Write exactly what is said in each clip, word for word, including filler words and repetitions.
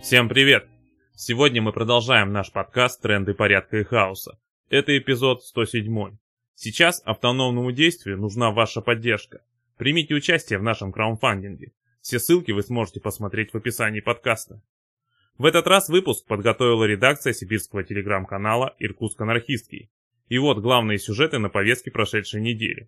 Всем привет! Сегодня мы продолжаем наш подкаст «Тренды порядка и хаоса». Это эпизод сто семь. Сейчас автономному действию нужна ваша поддержка. Примите участие в нашем краудфандинге. Все ссылки вы сможете посмотреть в описании подкаста. В этот раз выпуск подготовила редакция сибирского телеграм-канала «Иркутск Анархистский». И вот главные сюжеты на повестке прошедшей недели.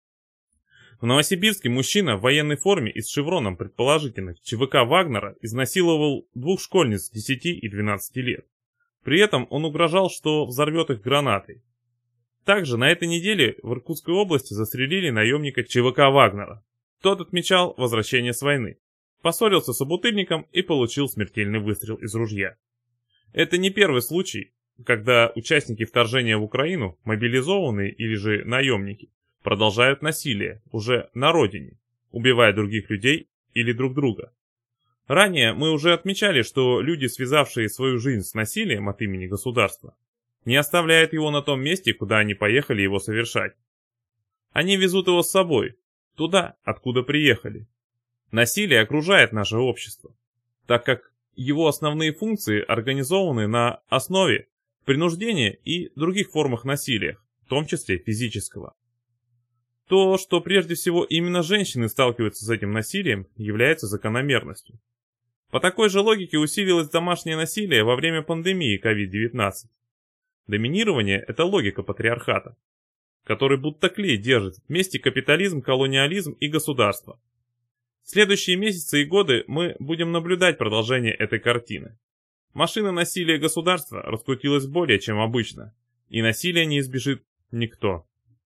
В Новосибирске мужчина в военной форме и с шевроном предположительных ЧВК Вагнера изнасиловал двух школьниц десяти и двенадцати лет. При этом он угрожал, что взорвет их гранатой. Также на этой неделе в Иркутской области застрелили наемника ЧВК Вагнера. Тот отмечал возвращение с войны, поссорился с собутыльником и получил смертельный выстрел из ружья. Это не первый случай, когда участники вторжения в Украину, мобилизованные или же наемники, продолжают насилие уже на родине, убивая других людей или друг друга. Ранее мы уже отмечали, что люди, связавшие свою жизнь с насилием от имени государства, не оставляют его на том месте, куда они поехали его совершать. Они везут его с собой, туда, откуда приехали. Насилие окружает наше общество, так как его основные функции организованы на основе принуждения и других формах насилия, в том числе физического. То, что прежде всего именно женщины сталкиваются с этим насилием, является закономерностью. По такой же логике усилилось домашнее насилие во время пандемии ковид девятнадцать. Доминирование – это логика патриархата, который будто клей держит вместе капитализм, колониализм и государство. В следующие месяцы и годы мы будем наблюдать продолжение этой картины. Машина насилия государства раскрутилась более чем обычно, и насилия не избежит никто.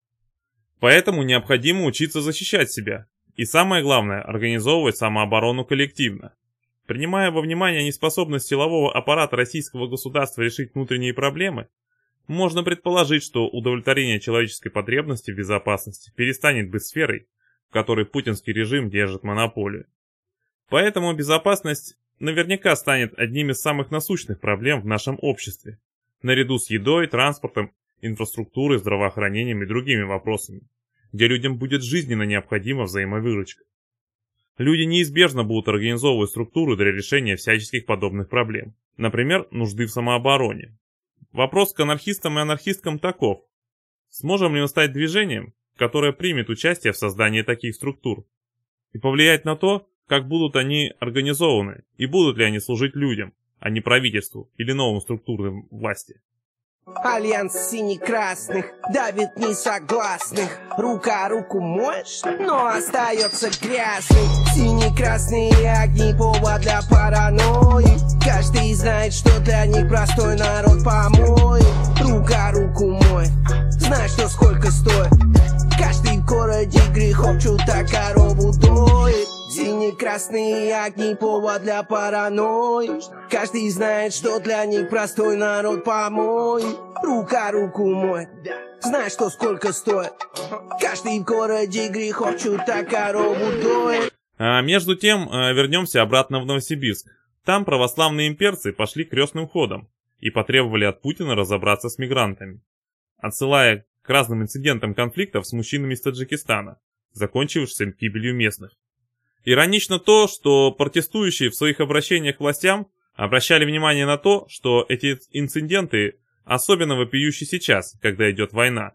Поэтому необходимо учиться защищать себя. И самое главное, организовывать самооборону коллективно. Принимая во внимание неспособность силового аппарата российского государства решить внутренние проблемы, можно предположить, что удовлетворение человеческой потребности в безопасности перестанет быть сферой, в которой путинский режим держит монополию. Поэтому безопасность наверняка станет одним из самых насущных проблем в нашем обществе, наряду с едой, транспортом, инфраструктурой, здравоохранением и другими вопросами, где людям будет жизненно необходима взаимовыручка. Люди неизбежно будут организовывать структуру для решения всяческих подобных проблем, например, нужды в самообороне. Вопрос к анархистам и анархисткам таков: сможем ли мы стать движением, которое примет участие в создании таких структур, и повлиять на то, как будут они организованы и будут ли они служить людям, а не правительству или новым структурам власти. Альянс сине-красных давит несогласных. Рука руку моешь, но остается грязным. Сине-красные огни повод для паранойи. Каждый знает, что для них простой народ помоет. Рука руку моет, знаешь, что сколько стоит. Каждый в городе грехов чью-то корову доит. Сине-красные огни повод для паранойи. Каждый знает, что для них простой народ помоет. Рука руку моет, знаешь, что сколько стоит. Каждый в городе грехов чью-то корову доит. А между тем, вернемся обратно в Новосибирск. Там православные имперцы пошли крестным ходом и потребовали от Путина разобраться с мигрантами, отсылая к разным инцидентам конфликтов с мужчинами из Таджикистана, закончившихся гибелью местных. Иронично то, что протестующие в своих обращениях к властям обращали внимание на то, что эти инциденты особенно вопиющи сейчас, когда идет война.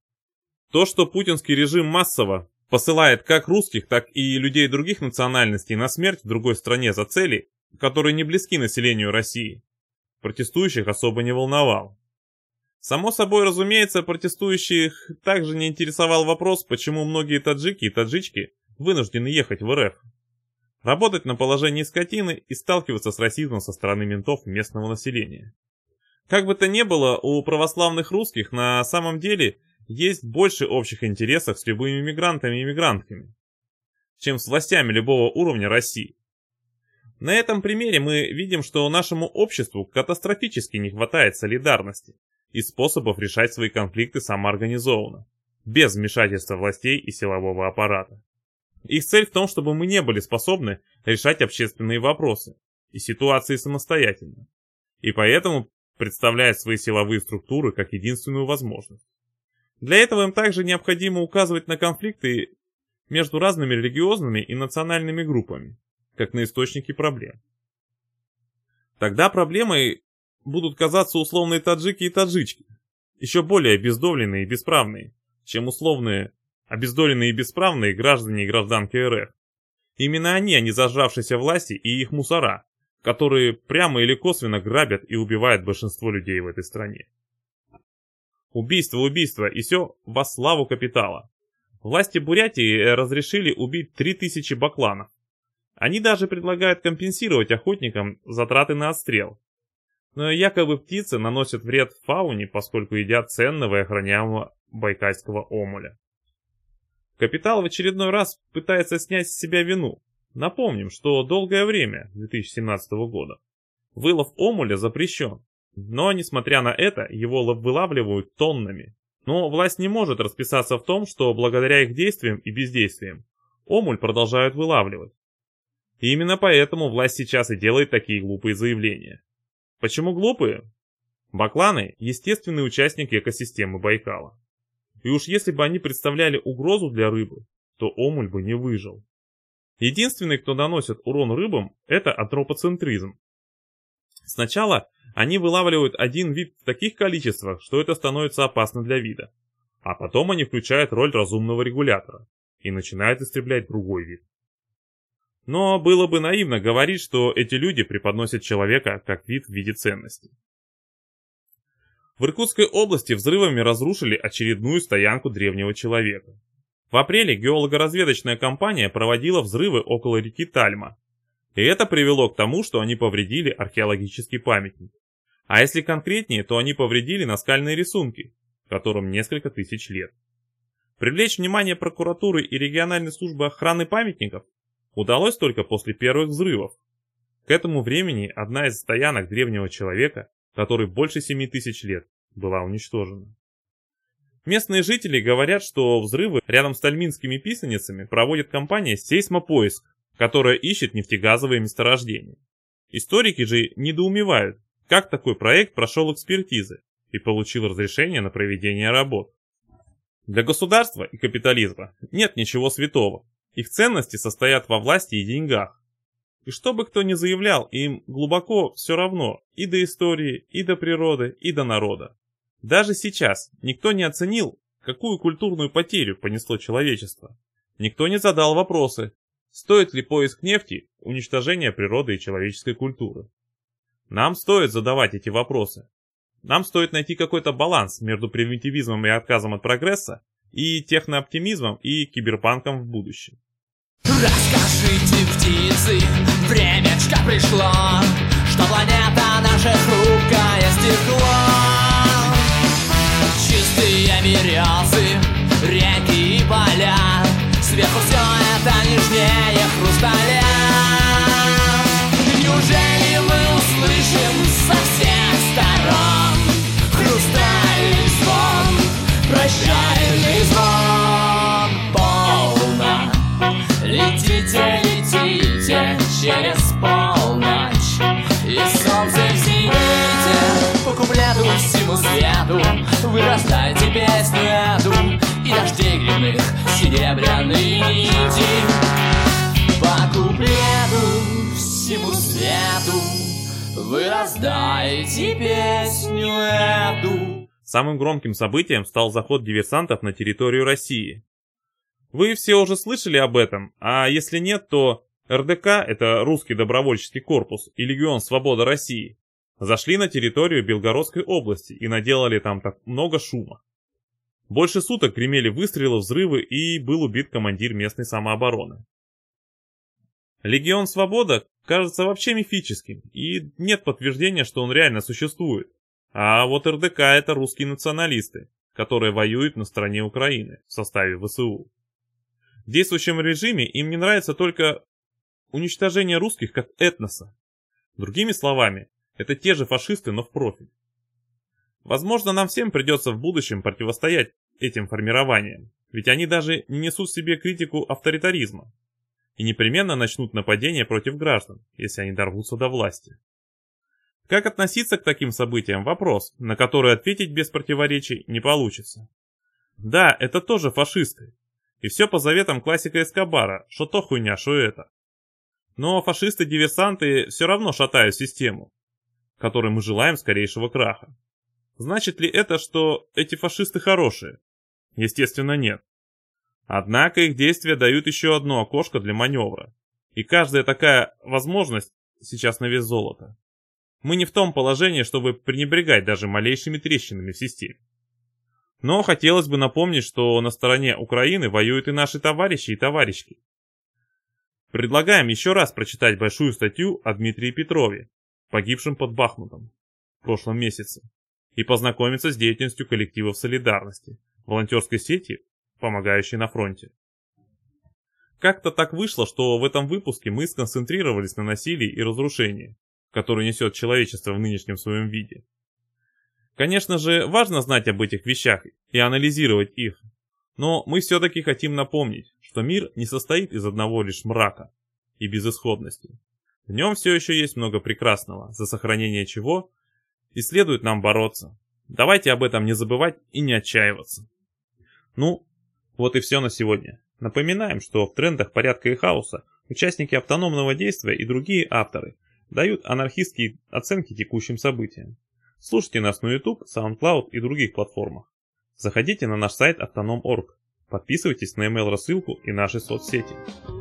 То, что путинский режим массово посылает как русских, так и людей других национальностей на смерть в другой стране за цели, которые не близки населению России, протестующих особо не волновал. Само собой разумеется, протестующих также не интересовал вопрос, почему многие таджики и таджички вынуждены ехать в эр эф, работать на положении скотины и сталкиваться с расизмом со стороны ментов местного населения. Как бы то ни было, у православных русских на самом деле есть больше общих интересов с любыми мигрантами и мигрантками, чем с властями любого уровня России. На этом примере мы видим, что нашему обществу катастрофически не хватает солидарности и способов решать свои конфликты самоорганизованно, без вмешательства властей и силового аппарата. Их цель в том, чтобы мы не были способны решать общественные вопросы и ситуации самостоятельно, и поэтому представляют свои силовые структуры как единственную возможность. Для этого им также необходимо указывать на конфликты между разными религиозными и национальными группами, как на источники проблем. Тогда проблемой будут казаться условные таджики и таджички, еще более обездоленные и бесправные, чем условные обездоленные и бесправные граждане и гражданки РФ. Именно они, а не зажравшиеся власти и их мусора, которые прямо или косвенно грабят и убивают большинство людей в этой стране. Убийство, убийство, и все во славу капитала. Власти Бурятии разрешили убить три тысячи бакланов. Они даже предлагают компенсировать охотникам затраты на отстрел. Но якобы птицы наносят вред фауне, поскольку едят ценного и охраняемого байкальского омуля. Капитал в очередной раз пытается снять с себя вину. Напомним, что долгое время, две тысячи семнадцатого года, вылов омуля запрещен. Но, несмотря на это, его вылавливают тоннами. Но власть не может расписаться в том, что благодаря их действиям и бездействиям омуль продолжают вылавливать. И именно поэтому власть сейчас и делает такие глупые заявления. Почему глупые? Бакланы – естественный участник экосистемы Байкала. И уж если бы они представляли угрозу для рыбы, то омуль бы не выжил. Единственный, кто наносит урон рыбам, это антропоцентризм. Сначала они вылавливают один вид в таких количествах, что это становится опасно для вида. А потом они включают роль разумного регулятора и начинают истреблять другой вид. Но было бы наивно говорить, что эти люди преподносят человека как вид в виде ценности. В Иркутской области взрывами разрушили очередную стоянку древнего человека. В апреле геолого-разведочная компания проводила взрывы около реки Тальма. И это привело к тому, что они повредили археологический памятник. А если конкретнее, то они повредили наскальные рисунки, которым несколько тысяч лет. Привлечь внимание прокуратуры и региональной службы охраны памятников удалось только после первых взрывов. К этому времени одна из стоянок древнего человека, который больше семи тысяч лет, была уничтожена. Местные жители говорят, что взрывы рядом с тальминскими писаницами проводит компания «Сейсмопоиск», которая ищет нефтегазовые месторождения. Историки же недоумевают, как такой проект прошел экспертизы и получил разрешение на проведение работ. Для государства и капитализма нет ничего святого. Их ценности состоят во власти и деньгах. И что бы кто ни заявлял, им глубоко все равно и до истории, и до природы, и до народа. Даже сейчас никто не оценил, какую культурную потерю понесло человечество. Никто не задал вопросы, стоит ли поиск нефти уничтожения природы и человеческой культуры. Нам стоит задавать эти вопросы. Нам стоит найти какой-то баланс между примитивизмом и отказом от прогресса, и технооптимизмом, и киберпанком в будущем. Расскажите, птицы, времечко пришло, что планета наша хрупкое стекло. Чистые березы, реки и поля, сверху все это нежнее хрусталя. Неужели мы услышим со всех сторон хрустальный звон, прощальный звон? Полно, летите, летите через полночь, и солнце в зените. По куплету всему свету вы рождаете песню эту, и дождей грибных серебряные нити. По куплету всему свету вы рождаете песню эту. Самым громким событием стал заход диверсантов на территорию России. Вы все уже слышали об этом, а если нет, то эр дэ ка, это Русский добровольческий корпус, и Легион Свобода России, зашли на территорию Белгородской области и наделали там так много шума. Больше суток гремели выстрелы, взрывы, и был убит командир местной самообороны. Легион Свобода кажется вообще мифическим, и нет подтверждения, что он реально существует. А вот эр дэ ка — это русские националисты, которые воюют на стороне Украины в составе вэ эс у. В действующем режиме им не нравится только уничтожение русских как этноса. Другими словами, это те же фашисты, но в профиль. Возможно, нам всем придется в будущем противостоять этим формированиям, ведь они даже не несут в себе критику авторитаризма и непременно начнут нападение против граждан, если они дорвутся до власти. Как относиться к таким событиям – вопрос, на который ответить без противоречий не получится. Да, это тоже фашисты. И все по заветам классика Эскобара, что то хуйня, что это. Но фашисты-диверсанты все равно шатают систему. которой мы желаем скорейшего краха. Значит ли это, что эти фашисты хорошие? Естественно, нет. Однако их действия дают еще одно окошко для маневра. И каждая такая возможность сейчас на вес золота. Мы не в том положении, чтобы пренебрегать даже малейшими трещинами в системе. Но хотелось бы напомнить, что на стороне Украины воюют и наши товарищи и товарищки. Предлагаем еще раз прочитать большую статью о Дмитрии Петрове, погибшем под Бахмутом в прошлом месяце, и познакомиться с деятельностью коллективов солидарности, волонтерской сети, помогающей на фронте. Как-то так вышло, что в этом выпуске мы сконцентрировались на насилии и разрушении, которое несет человечество в нынешнем своем виде. Конечно же, важно знать об этих вещах и анализировать их, но мы все-таки хотим напомнить, что мир не состоит из одного лишь мрака и безысходности. В нем все еще есть много прекрасного, за сохранение чего и следует нам бороться. Давайте об этом не забывать и не отчаиваться. Ну, вот и все на сегодня. Напоминаем, что в трендах порядка и хаоса участники автономного действия и другие авторы дают анархистские оценки текущим событиям. Слушайте нас на YouTube, SoundCloud и других платформах. Заходите на наш сайт автоном точка орг. Подписывайтесь на email-рассылку и наши соцсети.